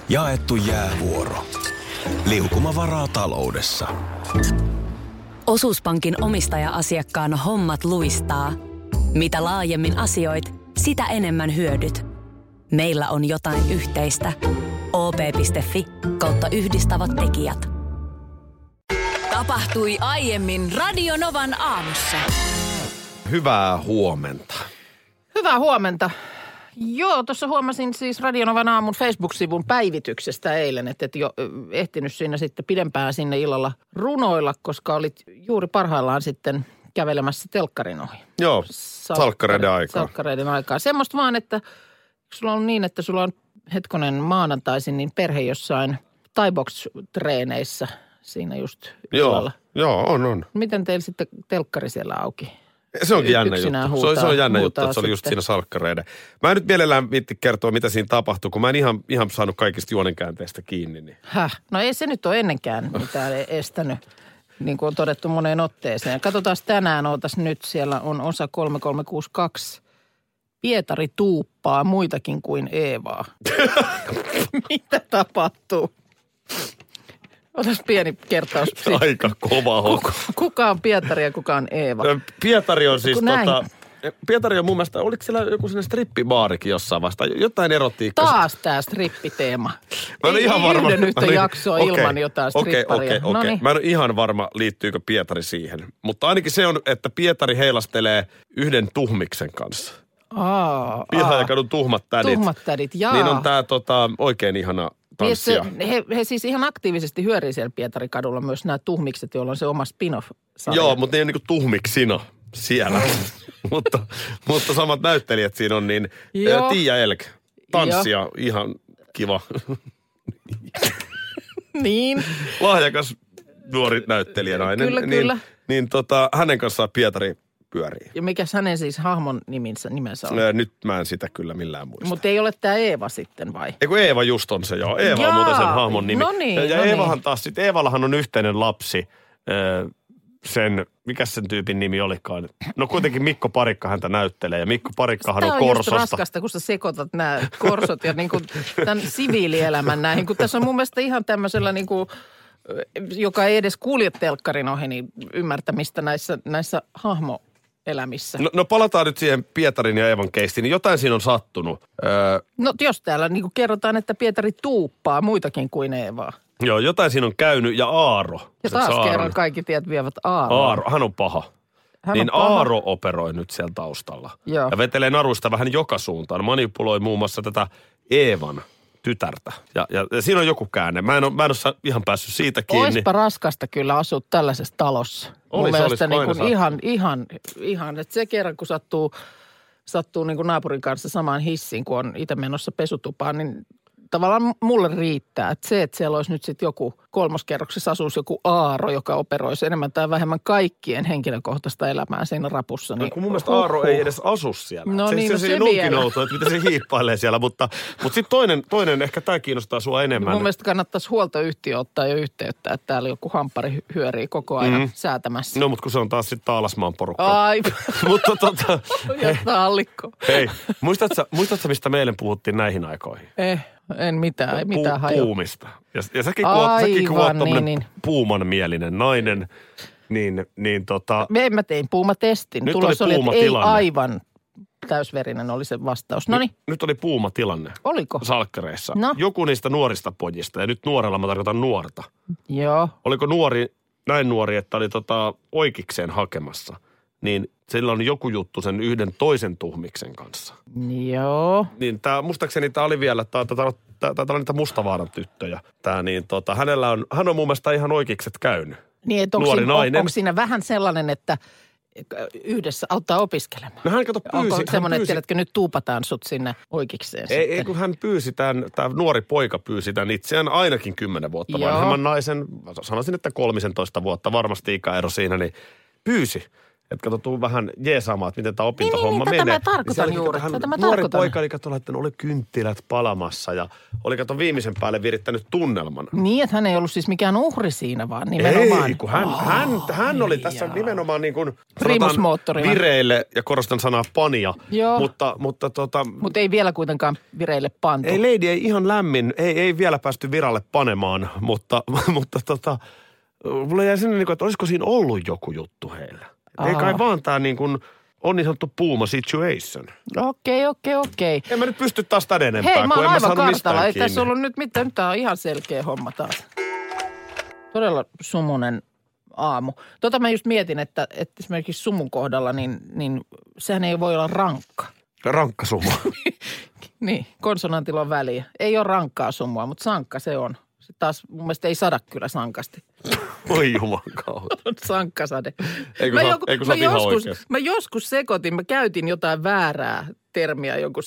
Jaettu jäävuoro. Liukumavaraa taloudessa. Osuuspankin omistaja-asiakkaan hommat luistaa. Mitä laajemmin asioit, sitä enemmän hyödyt. Meillä on jotain yhteistä. op.fi/yhdistävät tekijät. Tapahtui aiemmin Radio Novan aamussa. Hyvää huomenta. Hyvää huomenta. Joo, tuossa huomasin siis Radio Novan aamun Facebook-sivun päivityksestä eilen, että et jo ehtinyt siinä sitten pidempään sinne illalla runoilla, koska olit juuri parhaillaan sitten kävelemässä telkkarin ohi. Joo, salkkareiden aikaa. Salkkareiden aikaa. Semmosta vaan, että sulla on niin, että sulla on maanantaisin niin perhe jossain Thai-box-treeneissä siinä just illalla. Joo, on. Miten teillä sitten telkkari siellä auki? Se onkin jännä juttu. Se on jännä juttu, että se oli just siinä salkkareiden. Mä en nyt mielellään viitti kertoa, mitä siinä tapahtui, kun mä en ihan saanut kaikista juonenkäänteistä kiinni. Niin. No ei se nyt ole ennenkään mitään estänyt, niin kuin on todettu moneen otteeseen. Katsotaan tänään, nyt siellä on osa 3362. Pietari tuuppaa muitakin kuin Eevaa. Mitä tapahtuu? Otas pieni kertaus. Aika kova hokku. Kuka on Pietari ja kuka on Eeva? Pietari on siis Pietari on mun mielestä, oliko siellä joku sellainen strippibaarikin jossain vastaan? Jotain erotiikkaa. Taas tää strippiteema. Mä en ole ihan varma. Yhden yhtä jaksoa ilman jotain stripparia. Okei. Mä en ole ihan varma, liittyykö Pietari siihen. Mutta ainakin se on, että Pietari heilastelee yhden tuhmiksen kanssa. Pihlajakadun tuhmat tädit. Tuhmat tädit, jaa. Niin on tää oikein ihana tanssia. He siis ihan aktiivisesti hyörii siellä Pietarikadulla myös nämä tuhmikset, joilla on se oma spin-off-sarja. Joo, mutta ne on niinku tuhmiksina siellä. mutta samat näyttelijät siinä on, niin Tiia Elk, tanssia, ihan kiva. Niin. Lahjakas nuori näyttelijänainen. Kyllä. Niin hänen kanssaan Pietari pyörii. Ja mikäs hänen siis hahmon nimensä on? Nyt mä en sitä kyllä millään muista. Mutta ei ole tämä Eeva sitten vai? Eiku Eeva just on se joo. Eeva on muuten sen hahmon nimi. No niin, ja Eevahan taas sitten, Eevallahan on yhteinen lapsi. Mikäs sen tyypin nimi olikaan? No kuitenkin Mikko Parikka häntä näyttelee ja Mikko Parikkahan on Korsosta. Tämä on just raskasta, kun sä sekoitat nämä Korsot ja niin kuin tämän siviilielämän näihin. Kun tässä on mun mielestä ihan tämmöisellä niin kuin, joka ei edes kulje telkkarin ohi, niin ymmärtämistä näissä hahmoelämissä. No palataan nyt siihen Pietarin ja Eevan keistiin, niin jotain siinä on sattunut. No jos täällä niin kuin kerrotaan, että Pietari tuuppaa muitakin kuin Eevaa. Joo, jotain siinä on käynyt ja Aaro. Ja taas kerran kaikki tiet vievät Aaroa. Aaro, hän on paha. Aaro operoi nyt siellä taustalla. Joo. Ja vetelee naruista vähän joka suuntaan. Manipuloi muun muassa tätä Eevan tytärtä. Ja siinä on joku käänne. Mä en ole ihan päässyt siitä kiinni. Oispa raskasta kyllä asua tällaisessa talossa. Mun mielestä niin kuin ihan, että se kerran kun sattuu niin kuin naapurin kanssa samaan hissiin, kun on itse menossa pesutupaan, niin tavallaan mulle riittää, että siellä olisi nyt sitten joku kolmoskerroksessa asuisi joku Aaro, joka operoisi enemmän tai vähemmän kaikkien henkilökohtaista elämää siinä rapussa. Niin, kun mun mielestä Aaro ei edes asu siellä. No se onkin outoa, että miten se hiippailee siellä, mutta sitten toinen ehkä tämä kiinnostaa sua enemmän. Mun mielestä kannattaisi huoltoyhtiö ottaa jo yhteyttä, että täällä joku hamppari hyörii koko ajan säätämässä. No, mutta kun se on taas sitten Taalasmaan porukka. Ai, mutta jättää allikko. Hei, muistatko mistä meille puhuttiin näihin aikoihin? En mitään, ei mitään hajua. Puumista. Ja säkin kun oot tommonen puumanmielinen nainen, niin Mä tein puumatestin. Nyt Tulos oli että ei puumatilanne. Aivan täysverinen oli se vastaus. Noniin. Nyt oli puumatilanne. Oliko? Salkkareissa. No. Joku niistä nuorista pojista, ja nyt nuorella mä tarkoitan nuorta. Joo. Oliko näin nuori, että oli oikikseen hakemassa, niin sillä on joku juttu sen yhden toisen tuhmiksen kanssa. Joo. Niin muistaakseni tää oli vielä, tää oli niitä Mustavaaran tyttöjä. Hän on mun mielestä ihan oikeikset käynyt. Niin, että onko siinä vähän sellainen, että yhdessä auttaa opiskelemaan? No hän pyysi. Onko semmoinen, että tiedätkö, nyt tuupataan sut sinne oikeikseen Ei, kun hän pyysi tämä nuori poika pyysi tämän itseään ainakin 10 vuotta vanhemman naisen, sanoisin, että 13 vuotta, varmasti ikäero siinä, niin pyysi, että kato, tuu vähän jeesaamaan, että miten tämä opintohomma menee. Tätä mä tarkoitan juuri. Nuori poika oli kato, että oli kynttilät palamassa ja oli kato viimeisen päälle virittänyt tunnelman. Niin, että hän ei ollut siis mikään uhri siinä, vaan nimenomaan. Ei, kun hän oli tässä nimenomaan niin kuin vireille, ja korostan sanaa pania. Joo. Mutta ei vielä kuitenkaan vireille pantu. Ei, lady ei ihan lämmin, ei vielä päästy viralle panemaan, mutta mulla jäi sinne, että olisiko siinä ollut joku juttu heillä. Ei kai vaan tää niin kuin on niin sanottu puuma situation. Okei. En mä nyt pysty taas tänne enempää, hei, kun en mä saanut kartalla. Ei tässä ollut nyt mitään, nyt tää on ihan selkeä homma taas. Todella sumunen aamu. Mä just mietin, että esimerkiksi sumun kohdalla, niin sehän ei voi olla rankka. Rankka sumu. Niin, konsonantilla on väliä. Ei ole rankkaa sumua, mutta sankka se on. Se taas mun mielestä ei sada kyllä sankasti. Oi juman kautta. On sankkasade. Eikö sä ihan oikeassa? Mä joskus sekoitin, mä käytin jotain väärää termiä jonkun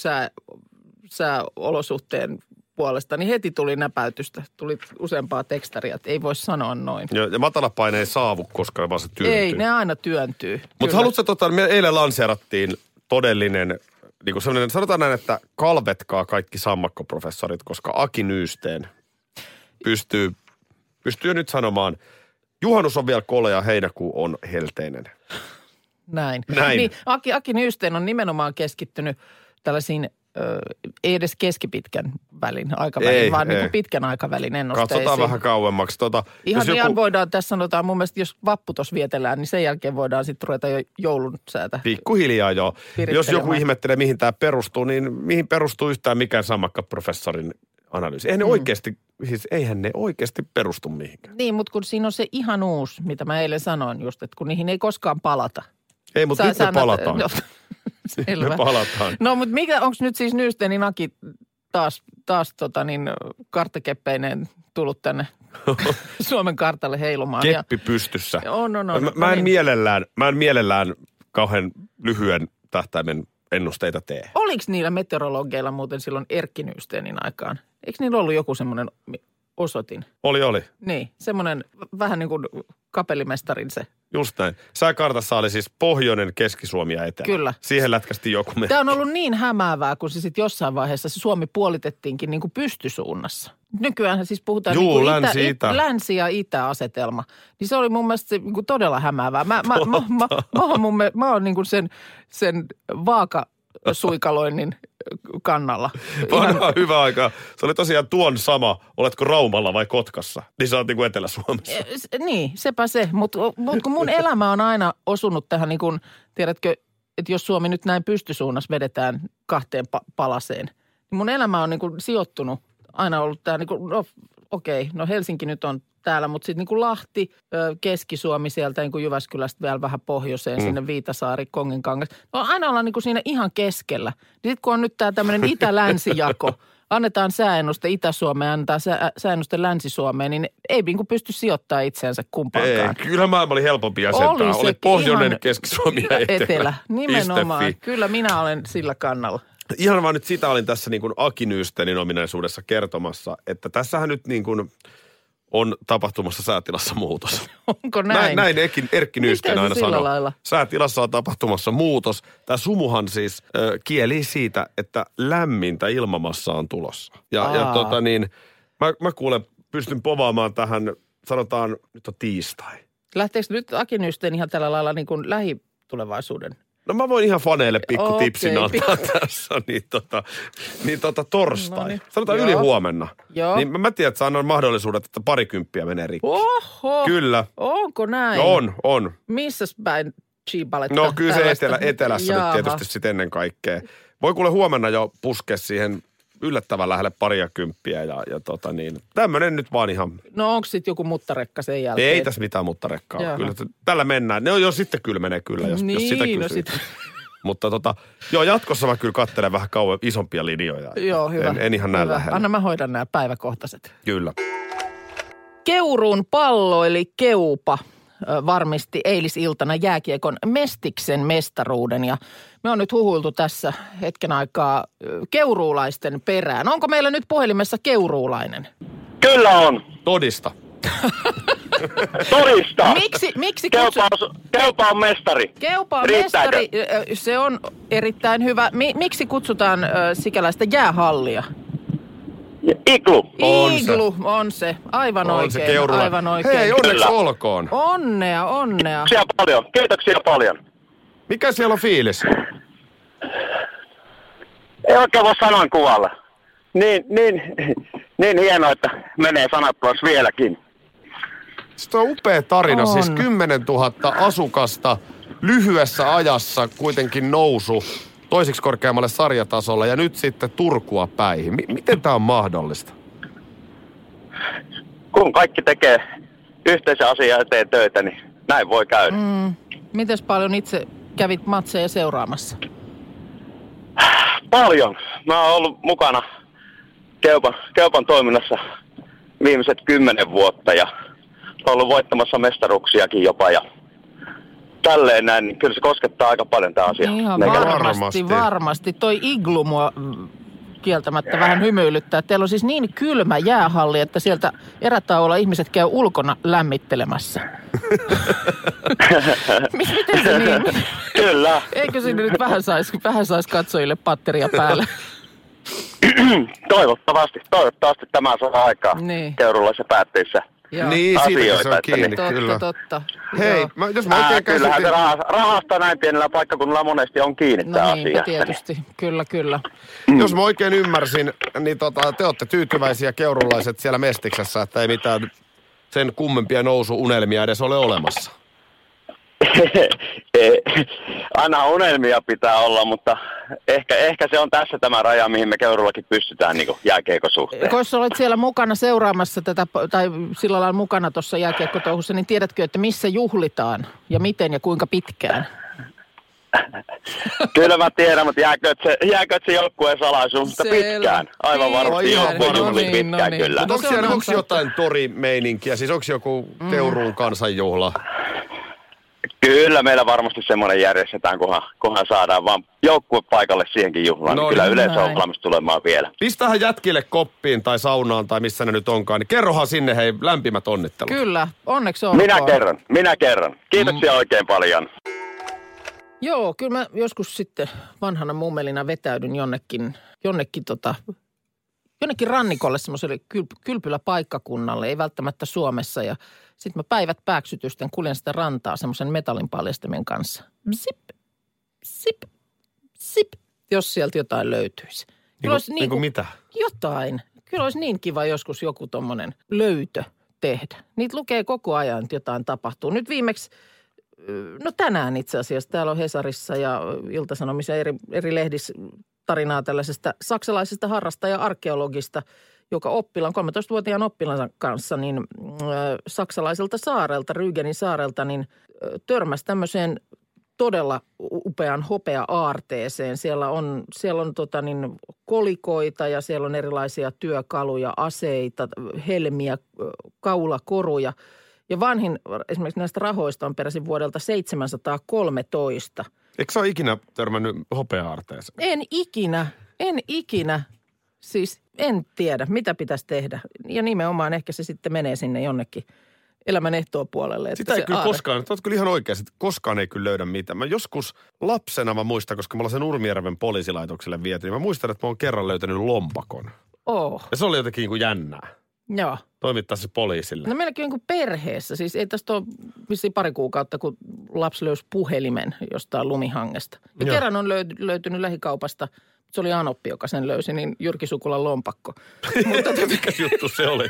sääolosuhteen puolesta, niin heti tuli näpäytystä. Tuli useampaa tekstaria, että ei voi sanoa noin. Ja matala paine ei saavu, koska vaan se työntyy. Ei, ne aina työntyy. Mutta haluatko, me eilen lanseerattiin todellinen, niin kuin sellainen, sanotaan näin, että kalvetkaa kaikki sammakkoprofessorit, koska Aki Nyysteen pystyy jo nyt sanomaan, juhannus on vielä kolea, heinäkuu on helteinen. Näin. Niin, Aki Nyysteen on nimenomaan keskittynyt tällaisiin ei edes keskipitkän aikavälin, vaan niin kuin pitkän aikavälin ennusteisiin. Katsotaan vähän kauemmaksi. Ihan voidaan tässä sanotaan, mun mielestä jos vappu tuossa vietellään, niin sen jälkeen voidaan sitten ruveta jo joulun säätä. Pikkuhiljaa joo. Jos joku ihmettelee, mihin tämä perustuu, niin mihin perustuu yhtään mikään sammakkaprofessorin analyysi. Eihän ne oikeasti perustu mihinkään. Niin, mutta kun siinä on se ihan uusi, mitä mä eilen sanoin just, että kun niihin ei koskaan palata. Ei, mutta nyt me palataan. Selvä. Me palataan. No, mutta onko nyt siis Nysteenin Aki taas karttakeppeineen tullut tänne Suomen kartalle heilumaan? Keppi pystyssä. On. Mä en mielellään kauhean lyhyen tähtäimen ennusteita tee. Oliko niillä meteorologeilla muuten silloin Erkki Nysteenin aikaan? Eikö niillä ollut joku semmoinen osoitin? Oli. Niin, semmoinen vähän niin kuin kapellimestarin se. Just näin. Sääkartassa oli siis pohjoinen, Keski-Suomi ja etelä. Kyllä. Siihen lätkästi joku merkki. Tämä on ollut niin hämäävää, kun se sitten jossain vaiheessa se Suomi puolitettiinkin niin kuin pystysuunnassa. Nykyään siis puhutaan länsi- ja itä-asetelma. Niin se oli mun mielestä se, niin kuin todella hämäävää. Mä oon niin kuin sen vaakasuikaloinnin kannalla. Vanhaa hyvä aikaa. Se oli tosiaan tuon sama, oletko Raumalla vai Kotkassa, niin sä oot niin kuin Etelä-Suomessa. Niin, sepä se. Mutta kun mun elämä on aina osunut tähän niin kuin, tiedätkö, että jos Suomi nyt näin pystysuunnassa vedetään kahteen palaseen, niin mun elämä on niin kuin sijoittunut, aina ollut tää niin kuin, no Helsinki nyt on täällä, mutta sitten niin kuin Lahti, Keski-Suomi sieltä niin kuin Jyväskylästä vielä vähän pohjoiseen, sinne Viitasaari, Konginkangas. No aina ollaan niin kuin siinä ihan keskellä. Sitten kun on nyt tämä tämmöinen itä-länsi-jako, annetaan sääennuste Itä-Suomeen ja annetaan sääennuste Länsi-Suomeen, niin ei niin kuin pysty sijoittamaan itseänsä kumpaankaan. Ei, kyllä maailma oli helpompi asentaa. Oli pohjoinen, Keski-Suomi ja etelä. Nimenomaan. Kyllä minä olen sillä kannalla. Ihan vaan nyt sitä olin tässä niin kuin Aki Nysteenin ominaisuudessa kertomassa, että tässähän nyt niin kuin on tapahtumassa säätilassa muutos. Onko näin? Näin Erkki Nysteen aina sanoo. Lailla? Säätilassa on tapahtumassa muutos. Tämä sumuhan siis kieli siitä, että lämmintä ilmamassa on tulossa. Mä kuulen, pystyn povaamaan tähän, sanotaan, nyt on tiistai. Lähteekö nyt Aki Nysteen ihan tällä lailla niin kuin lähitulevaisuuden? No mä voin ihan faneille pikku tipsin antaa tässä, niin torstai. Noniin. Sanotaan yli huomenna. Joo. Niin mä tiedän, että annan mahdollisuudet, että 20 menee rikki. Oho. Kyllä. Onko näin? On. Missäs päin Chibaletta? No kyllä se etelässä nyt tietysti sitten ennen kaikkea. Voi kuule huomenna jo puskea siihen yllättävän lähelle 20 tämmönen nyt vaan ihan. No onko sitten joku muttarekka sen jälkeen? Ei tässä mitään muttarekkaa. Jaha. Kyllä tällä mennään. Ne on jo sitten kyllä menee kyllä, jos sitä kysyy. No sit. Mutta jatkossa mä kyllä katselen vähän kauan isompia linjoja. Joo, hyvä. En ihan näin lähellä. Anna mä hoidan nämä päiväkohtaiset. Kyllä. Keuruun pallo eli Keupa varmisti eilisiltana jääkiekon Mestiksen mestaruuden ja me on nyt huhuiltu tässä hetken aikaa keuruulaisten perään. Onko meillä nyt puhelimessa keuruulainen? Kyllä on. Todista. Todista! Miksi Keupa on mestari. Keupa on Riittääkö? mestari, se on erittäin hyvä. Miksi kutsutaan sikäläistä jäähallia? Iglu. Iglu on se. Aivan on oikein. se Keurula. Aivan oikein. Hei, onneksi Kyllä. olkoon. Onnea. Kiitoksia paljon. Mikä siellä on fiilis? Ei oikein voi sanoin kuvalla. Niin hienoa, että menee sanat pois vieläkin. Se on upea tarina, On. siis 10 000 asukasta lyhyessä ajassa kuitenkin nousu toisiksi korkeammalle sarjatasolla ja nyt sitten Turkua päihin. Miten tämä on mahdollista? Kun kaikki tekee yhteisen asian eteen töitä, niin näin voi käydä. Mites paljon itse kävit matseja seuraamassa? Paljon. Mä oon ollut mukana Keupan toiminnassa viimeiset 10 vuotta ja ollut voittamassa mestaruuksiakin jopa ja tälleen näin, niin kyllä se koskettaa aika paljon tämä asia. Ihan varmasti. Toi Iglu mua kieltämättä vähän hymyilyttää. Teillä on siis niin kylmä jäähalli, että sieltä erätauolla ihmiset käy ulkona lämmittelemässä. Miten se niin? Kyllä. Eikö sinne nyt vähän sais katsojille patteria päälle? Toivottavasti tämä saa aikaa Niin. Keurulaisissa päätteissä. Joo. Niin, siitä se on asioita, kiinni, että kyllä. Totta. Hei, Joo. jos mä oikein Kyllähän käsitin... se rahasta näin pienellä paikkakunnalla monesti on kiinni tämä No asia. niinpä tietysti. Kyllä. Jos mä oikein ymmärsin, niin te olette tyytyväisiä keurulaiset siellä Mestiksessä, että ei mitään sen kummempia nousuunelmia edes ole olemassa. Aina unelmia pitää olla, mutta ehkä se on tässä tämä raja, mihin me Keurullakin pystytään niin jääkiekon suhteen. Kun sä olet siellä mukana seuraamassa tätä, tai sillä lailla mukana tuossa jääkiekkotouhussa, niin tiedätkö, että missä juhlitaan ja miten ja kuinka pitkään? Kyllä mä tiedän, mutta jääkö se joukkueen salaisuus, mutta Selvä. pitkään. Aivan varmasti Ihan joukkue varmasti. juhlii pitkään No niin. kyllä. Mutta se on onko totta. jotain torimeininkiä? Siis onko joku Keuruun kansanjuhla? Kyllä meillä varmasti semmoinen järjestetään, kunhan saadaan vaan joukkue paikalle siihenkin juhlaan. No Niin kyllä niin, yleensä on näin. valmis tulemaan vielä. Pistähän jätkille koppiin tai saunaan tai missä ne nyt onkaan, niin kerrohan sinne hei lämpimät onnittelut. Kyllä, onneksi olkoon. Minä kerron. Kiitoksia oikein paljon. Joo, kyllä mä joskus sitten vanhana mummelina vetäydyn jonnekin rannikolle semmoiselle kylpyläpaikkakunnalle, ei välttämättä Suomessa. Ja sitten mä päivät pääksytysten kuljen sitä rantaa semmoisen metallin paljastimen kanssa. Sip, jos sieltä jotain löytyisi. Niin kuin mitä? Jotain. Kyllä olisi niin kiva joskus joku tommonen löytö tehdä. Niitä lukee koko ajan, että jotain tapahtuu. Nyt viimeksi, no tänään itse asiassa, täällä on Hesarissa ja Ilta-Sanomissa eri lehdissä tarinaa tällaisesta saksalaisesta harrastaja-arkeologista, joka 13-vuotiaan oppilaan kanssa, niin saksalaiselta saarelta, Rügenin saarelta, niin törmäsi tämmöiseen todella upean hopea-aarteeseen. Siellä on kolikoita ja siellä on erilaisia työkaluja, aseita, helmiä, kaulakoruja. Ja vanhin esimerkiksi näistä rahoista on peräisin vuodelta 713. Eikö sä ole ikinä törmännyt hopea-aarteeseen? En ikinä. Siis en tiedä, mitä pitäisi tehdä. Ja nimenomaan ehkä se sitten menee sinne jonnekin elämän ehtoopuolelle. Sitä ei kyllä koskaan, olet kyllä ihan oikeasti, että koskaan ei kyllä löydä mitään. Mä joskus lapsena mä muistan, koska mä olen sen Nurmijärven poliisilaitokselle viety, niin mä muistan, että mä oon kerran löytänyt lompakon. Ja se oli jotenkin niin kuin jännää. Joo. Toimittaa se poliisille. No meilläkin niin kuin perheessä. Siis ei tästä ole vissiin pari kuukautta, kun lapsi löysi puhelimen jostain lumihangesta. Ja Joo. kerran on löytynyt lähikaupasta, se oli Anoppi, joka sen löysi, niin Jyrki Sukulan lompakko. Mutta Mikä juttu se oli?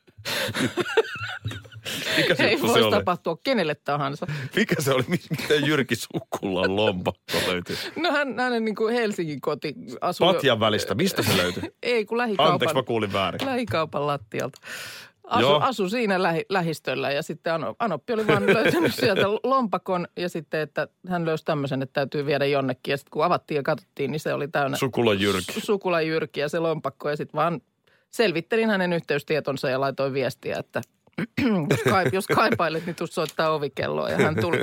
Mikä ei juttu se voisi oli? tapahtua kenelle tahansa. Mikä se oli? Miten Jyrki Sukulan lompakko löytyi? No hänen niin kuin Helsingin koti asui. Patjan välistä. Mistä se löytyi? Ei, kun lähikaupan. Anteeksi, mä kuulin väärin. Lähikaupan lattialta. Joo. Asu siinä lähistöllä ja sitten Anoppi oli vaan löytänyt sieltä lompakon ja sitten, että hän löysi tämmöisen, että täytyy viedä jonnekin. Ja sitten kun avattiin ja katsottiin, niin se oli täynnä Sukulan Jyrki. Sukulan Jyrki ja se lompakko. Ja sitten vaan selvittelin hänen yhteystietonsa ja laitoin viestiä, että jos kaipailet, niin tuu soittaa ovikelloa ja hän tuli.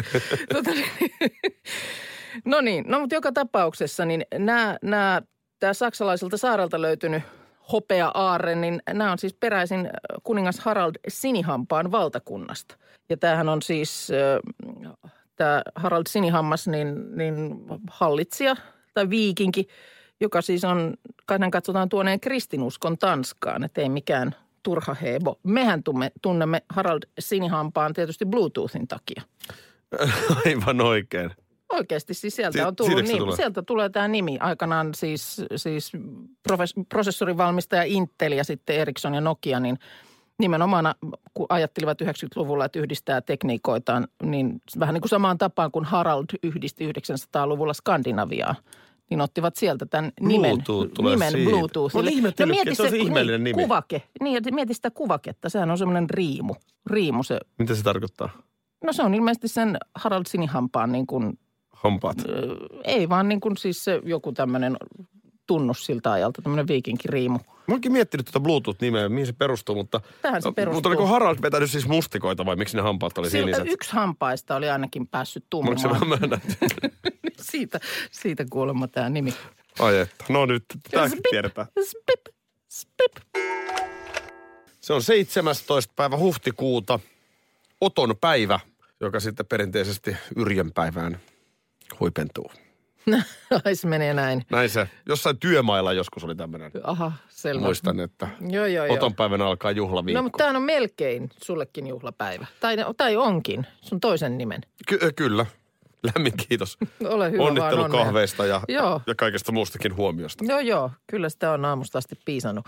No niin, no mutta joka tapauksessa niin tämä saksalaiselta saarelta löytynyt hopea-aarre, niin nämä on siis peräisin kuningas Harald Sinihampaan valtakunnasta. Ja tämähän on siis, tämä Harald Sinihammas, niin hallitsija tai viikinki, joka siis on, kai katsotaan tuoneen kristinuskon Tanskaan, että ei mikään turha hebo. Mehän tunnemme Harald Sinihampaan tietysti Bluetoothin takia. Aivan oikein. Oikeasti siis sieltä on tullut nimi. Sieltä tulee tämä nimi. Aikanaan siis prosessorivalmistaja Intel ja sitten Ericsson ja Nokia, niin nimenomaan kun ajattelivat 90-luvulla, että yhdistää tekniikoitaan, niin vähän niin kuin samaan tapaan kuin Harald yhdisti 900-luvulla Skandinaviaa, niin ottivat sieltä tämän nimen Bluetoothille. Mä ihmettellytkin, se on se ihmeellinen nimi. Kuvake. Niin, mieti sitä kuvaketta. Sehän on semmoinen riimu se. Mitä se tarkoittaa? No se on ilmeisesti sen Harald Sinihampaan niin kuin hampaat. Ei vaan niin kuin siis se joku tämmöinen tunnus siltä ajalta, tämmöinen viikinkiriimu. Mä oonkin miettinyt tuota Bluetooth-nimeä, mihin se perustuu, mutta tähän se perustuu. Mutta oliko Harald vetänyt siis mustikoita vai miksi ne hampaat oli siniset? Yksi hampaista oli ainakin päässyt tummumaan. Oliko se vähän siitä kuulemma tämä nimi. Ai että, no nyt tämäkin tiedetään. Spip. Se on 17. päivä huhtikuuta, Oton päivä, joka sitten perinteisesti Yrjön päivään huipentuu. Ai se menee näin. Näin se. Jossain työmailla joskus oli tämmöinen. Aha, selvä. Muistan, että joo. Oton päivänä alkaa juhlaviikko. No, mutta tämä on melkein sullekin juhlapäivä. Tai onkin, sun toisen nimen. Kyllä. Lämmin kiitos. Ole hyvä. Onnittelu kahveista ja kaikesta muustakin huomiosta. Joo. Kyllä sitä on aamusta asti piisannut.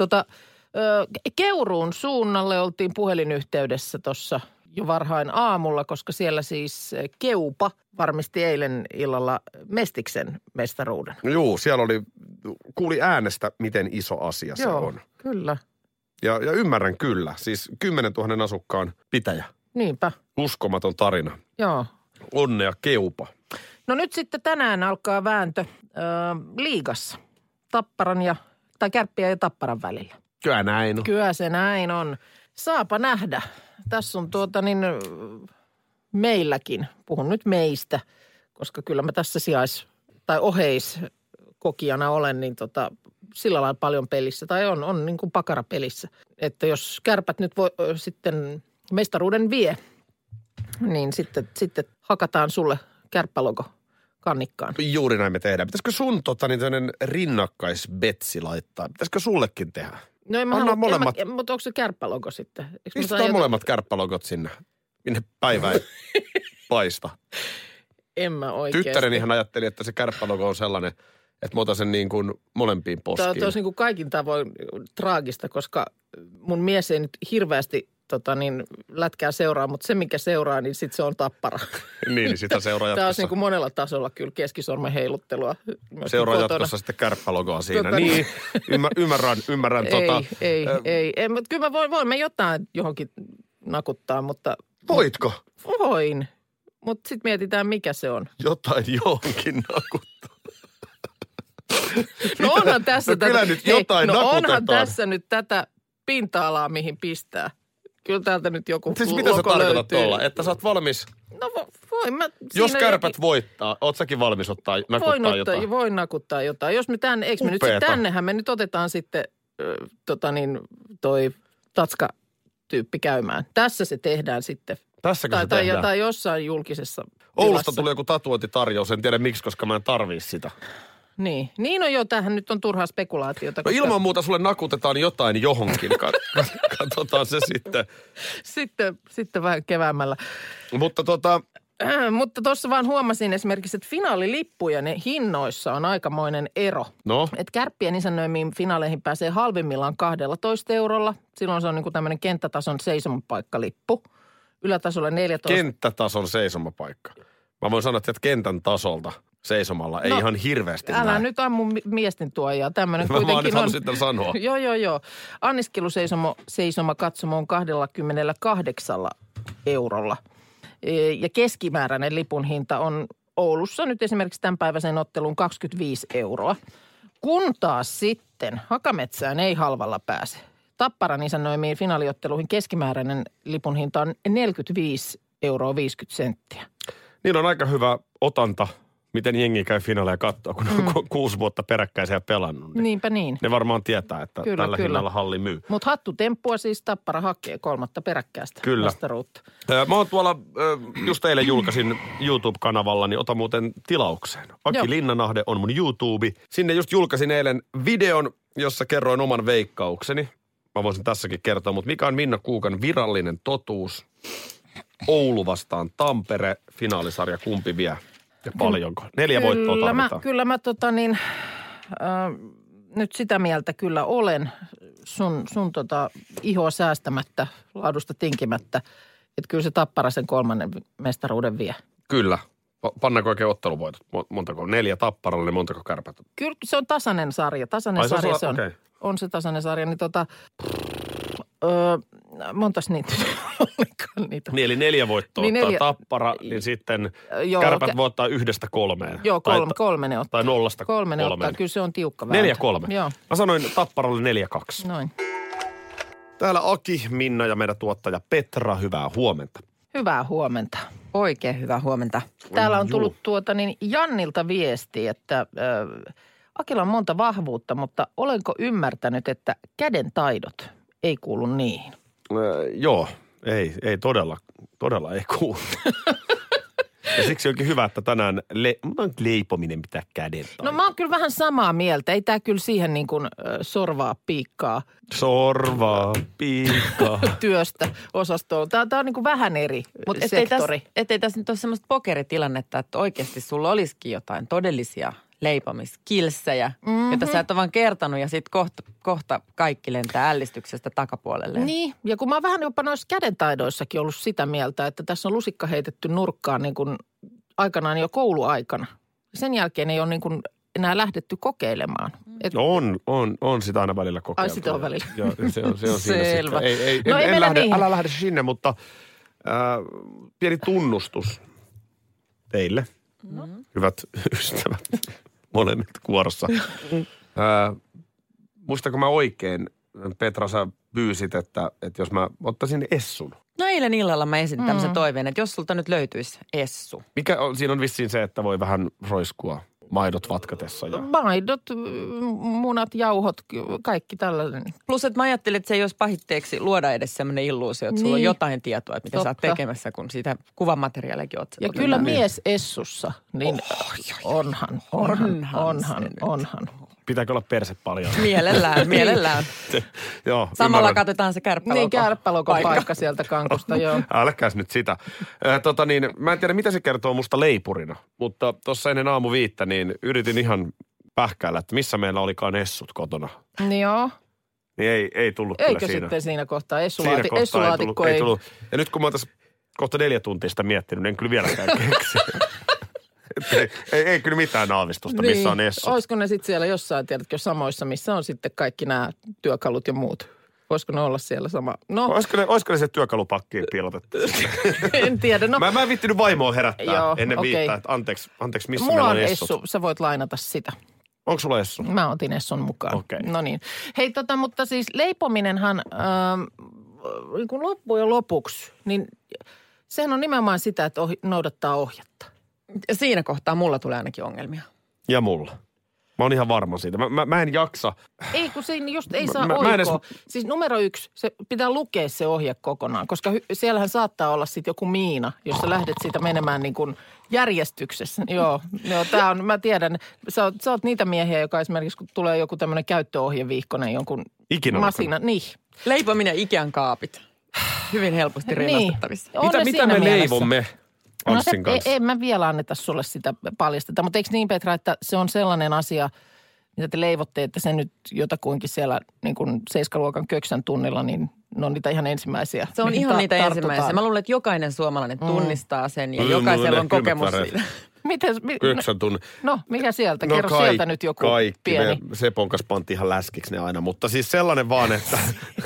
Keuruun suunnalle oltiin puhelinyhteydessä tuossa jo varhain aamulla, koska siellä siis Keupa varmisti eilen illalla Mestiksen mestaruuden. Joo, siellä kuuli äänestä, miten iso asia se on. Kyllä. Ja ymmärrän kyllä. Siis 10 000 asukkaan pitäjä. Niinpä. Uskomaton tarina. Joo. Onnea Keupa. No nyt sitten tänään alkaa vääntö liigassa. Kärppiä ja Tapparan välillä. Kyllä näin on. Kyllä se näin on. Saapa nähdä. Tässä on meilläkin, puhun nyt meistä, koska kyllä mä tässä oheiskokijana olen, niin sillä lailla paljon pelissä. Tai on niin kuin pakara pelissä. Että jos Kärpät nyt sitten mestaruuden vie, niin sitten hakataan sulle kärppälogo kannikkaan. Juuri näin me tehdään. Pitäisikö sun tämmöinen rinnakkaisbetsi laittaa? Pitäisikö sullekin tehdä? No en mä halua, molemmat. Mutta onko se kärppälogo sitten? Pistetään molemmat kärppälogot sinne, minne päivä ei paista. En mä oikeasti. Tyttärenihän ajatteli, että se kärppälogo on sellainen, että mä otan sen niin kuin molempiin poskiin. Tämä on niin kuin kaikin tavoin traagista, koska mun mies ei nyt hirveästi lätkää seuraa, mutta se mikä seuraa, niin sitten se on Tappara. Niin, sitä seuraa jatkossa. Tämä olisi niin kuin monella tasolla kyllä keskisormen heiluttelua. Seuraa jatkossa sitten kärppälogoa siinä. Niin, ymmärrän. Ei, mutta kyllä voimme jotain johonkin nakuttaa, mutta... Voitko? Voin, mutta sitten mietitään mikä se on. Jotain johonkin nakuttaa. No onhan tässä kyllä nyt jotain nakutetaan. Onhan tässä nyt tätä pinta-alaa, mihin pistää. Kyllä täältä nyt joku siis mitä sä tarkoitat tuolla? Että sä oot valmis? No voin mä. Jos Kärpät voittaa, oot säkin valmis nakuttaa jotain? Voin nakuttaa jotain. Jos me tännehän me nyt otetaan sitten toi Tatska-tyyppi käymään. Tässä se tehdään sitten. Tässäkö se tehdään? Tai jossain julkisessa Oulusta tilassa. tuli joku tatuointitarjous, en tiedä miksi, koska mä en tarvii sitä. Niin on jo, tämähän nyt on turhaa spekulaatiota. No ilman muuta sulle nakutetaan jotain johonkin, katsotaan se sitten. Sitten vähän keväämällä. Mutta tuossa vaan huomasin esimerkiksi, että finaalilippujen hinnoissa on aikamoinen ero. No? Että Kärppien isännöimiin finaaleihin pääsee halvimmillaan 12 eurolla. Silloin se on niin kuin tämmöinen kenttätason seisomapaikkalippu. Ylätasolla 14. Kenttätason seisomapaikka. Mä voin sanoa, että kentän tasolta seisomalla ei ihan hirveästi näe. Älä nyt ammu miestin tuojaa. Tämmöinen kuitenkin on. Mä vaan nyt halusin sanoa. Joo. Anniskeluseisoma katsomo on 28 eurolla. Ja keskimääräinen lipun hinta on Oulussa nyt esimerkiksi tämänpäiväisen otteluun 25 euroa. Kun taas sitten Hakametsään ei halvalla pääse. Tapparan isännöimiin finaaliotteluihin keskimääräinen lipun hinta on 45,50 euroa. Niin on aika hyvä otanta miten jengi käy finaaleja katsoa, kun on 6 vuotta peräkkäisiä pelannut. Niin Niinpä niin. ne varmaan tietää, että tällä hinnalla halli myy. Mutta hattutemppua siis Tappara hakee 3. peräkkäistä mestaruutta. Mä oon tuolla, just eilen julkaisin YouTube-kanavalla, niin ota muuten tilaukseen. Aki Linnanahde on mun YouTube. Sinne just julkaisin eilen videon, jossa kerroin oman veikkaukseni. Mä voisin tässäkin kertoa, mutta mikä on Minna Kuukan virallinen totuus? Oulu vastaan Tampere, finaalisarja, kumpi vie ja paljonko? 4 voittoa tarvitaan. Kyllä mä nyt sitä mieltä kyllä olen sun ihoa säästämättä, laadusta tinkimättä, että kyllä se Tappara sen 3. mestaruuden vie. Kyllä. Pannaanko oikein otteluvoitot? Montako? 4 Tapparalle, montako Kärpät? Kyllä se on tasainen sarja. Se on. Okay. On se tasainen sarja, niin montas niitä olikaan niitä? Niin, eli 4 voittoa ottaa Tappara, niin sitten Kärpät voittaa 1-3. Joo, 3 ne ottaa. Tai 0-3. 3 ne ottaa, kyllä se on tiukka vääntö. 4-3. Joo. Mä sanoin Tapparalle 4-2. Noin. Täällä Aki, Minna ja meidän tuottaja Petra, hyvää huomenta. Hyvää huomenta. Oikein hyvää huomenta. Täällä on tullut Jannilta viesti, että Akilla on monta vahvuutta, mutta olenko ymmärtänyt, että käden taidot ei kuulu niihin? Joo, ei todella ei kuulu. Ja siksi onkin hyvä, että tänään leipominen pitää käden taito. No mä oon kyllä vähän samaa mieltä. Ei tää kyllä siihen niin kuin sorvaa piikkaa. Sorvaa piikkaa. Työstä osastoon. Tää on niin kuin vähän eri sektori. Ettei tässä nyt ole semmoista pokeritilannetta, että oikeasti sulla olisikin jotain todellisia leipomiskilsejä, jota sä et ole vaan kertonut ja sitten kohta kaikki lentää ällistyksestä takapuolelle. Niin, ja kun mä oon vähän jopa noissa kädentaidoissakin ollut sitä mieltä, että tässä on lusikka heitetty nurkkaan niin kuin aikanaan jo kouluaikana. Sen jälkeen ei ole niin kuin enää lähdetty kokeilemaan. On sitä aina välillä kokeiltu. Ai sitä on välillä. Joo, se on siinä selvä. Älä lähde sinne, mutta pieni tunnustus teille. Hyvät ystävät, molemmat kuorossa. Muistanko mä oikein, Petra, sä pyysit, että jos mä ottaisin essun? No eilen illalla mä esitin tämmöisen toiveen, että jos sulta nyt löytyisi essu. Siinä on vissiin se, että voi vähän roiskua maidot vatkatessa. Maidot, munat, jauhot, kaikki tällainen. Plus, että mä ajattelin, että se ei olisi pahitteeksi luoda edes semmoinen illuusio, että sulla on jotain tietoa, että mitä sä oot tekemässä, kun siitä kuvamateriaaliakin oot. Ja kyllä mies essussa, niin onhan. Pitääkö olla perse paljon? Mielellään. Joo, samalla katsotaan se kärppälokon. Niin, kärppälokon paikka sieltä kankusta, joo. Älkääs nyt sitä. Mä en tiedä, mitä se kertoo musta leipurina, mutta tuossa ennen aamu 5, niin yritin ihan pähkäillä, että missä meillä olikaan essut kotona. Niin joo. Niin ei tullut Eikö kyllä siinä. Sitten siinä kohtaa? Essulaatikko ei tullut. Ja nyt kun mä oon tässä kohta 4 tuntia sitä miettinyt, niin en kyllä vieläkään keksi. Ei kyllä mitään aavistusta, missä on essut. Olisiko ne sitten siellä jossain, tiedätkö, samoissa, missä on sitten kaikki nämä työkalut ja muut? Voisiko ne olla siellä sama? No. Olisiko ne se työkalupakkiin piilotettu? En tiedä. No. Mä en vittinyt vaimoa herättää ennen 5, että anteeksi, missä mulla meillä on essut? Mulla on essu, sä voit lainata sitä. Onko sulla essu? Mä otin essun mukaan. Okay. No niin. Hei mutta siis leipominenhan niin kuin loppujen lopuksi, niin sehän on nimenomaan sitä, että noudattaa ohjetta. Siinä kohtaa mulla tulee ainakin ongelmia. Ja mulla. Mä oon ihan varma siitä. Mä en jaksa. Ei, kun siinä just ei saa oikoa. Siis numero 1, se pitää lukea se ohje kokonaan, koska siellähän saattaa olla sitten joku miina, jos sä lähdet siitä menemään niin kuin järjestyksessä. Joo, tää on, mä tiedän, sä oot niitä miehiä, joka esimerkiksi kun tulee joku tämmöinen käyttöohjeviihkonen jonkun masina. Niin. Leipominen Ikean kaapit. Hyvin helposti rinnastettavissa. Niin. Mitä me leivomme? No en mä vielä anneta sulle sitä paljasteta, mutta eikö niin Petra, että se on sellainen asia, mitä te leivotte, että se nyt jotakuinkin siellä niin kuin 7-luokan köksän tunnilla, niin ne on niitä ihan ensimmäisiä. Se on ihan niitä ensimmäisiä. Mä luulen, että jokainen suomalainen tunnistaa sen ja jokaisella on kokemus siitä. Köksän tunni. No, mikä sieltä? Kerro sieltä nyt joku pieni. Kaikki. Sepon kanssa pantiin ihan läskiksi ne aina, mutta siis sellainen vaan, että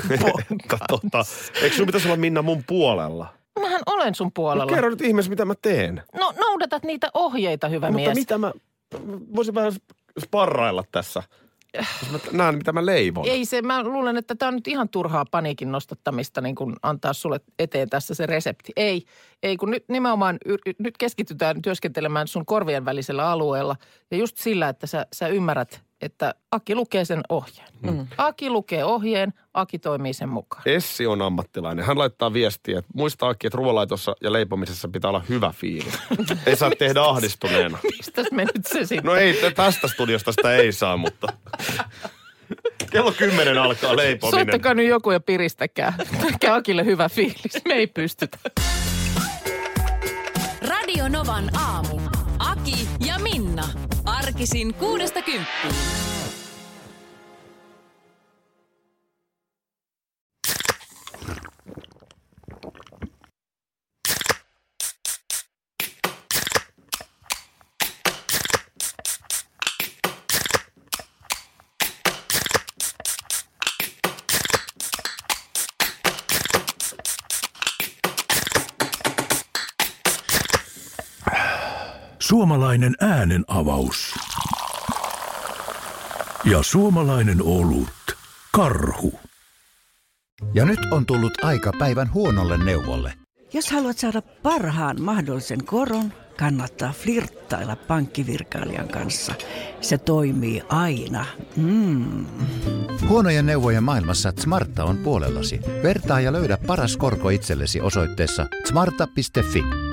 eikö sun pitäisi olla Minna mun puolella? Mähän olen sun puolella. No kerro nyt ihmeessä, mitä mä teen. No noudatat niitä ohjeita, hyvä mies. Mutta mitä voisin vähän sparrailla tässä. Jos mä näen, mitä mä leivon. Mä luulen, että tämä on nyt ihan turhaa paniikin nostattamista, niin kun antaa sulle eteen tässä se resepti. Ei, kun nyt nimenomaan nyt keskitytään työskentelemään sun korvien välisellä alueella. Ja just sillä, että sä ymmärrät, että Aki lukee sen ohjeen. Aki lukee ohjeen, Aki toimii sen mukaan. Essi on ammattilainen. Hän laittaa viestiä, että muista Aki, että ruoanlaitossa ja leipomisessa pitää olla hyvä fiilis. Ei saa tehdä ahdistuneena. Mistäs me nyt se sitten? No ei, tästä studiosta sitä ei saa, mutta kello 10 alkaa leipominen. Soittakaa nyt joku ja piristäkää. Tekää Akille hyvä fiilis. Me ei pystytä. Radio Novan aamu. Aki ja Minna. Arkisin 6–10. Suomalainen äänen avaus. Ja suomalainen olut. Karhu. Ja nyt on tullut aika päivän huonolle neuvolle. Jos haluat saada parhaan mahdollisen koron, kannattaa flirttailla pankkivirkailijan kanssa. Se toimii aina. Huonojen neuvojen maailmassa Smarta on puolellasi. Vertaa ja löydä paras korko itsellesi osoitteessa smarta.fi.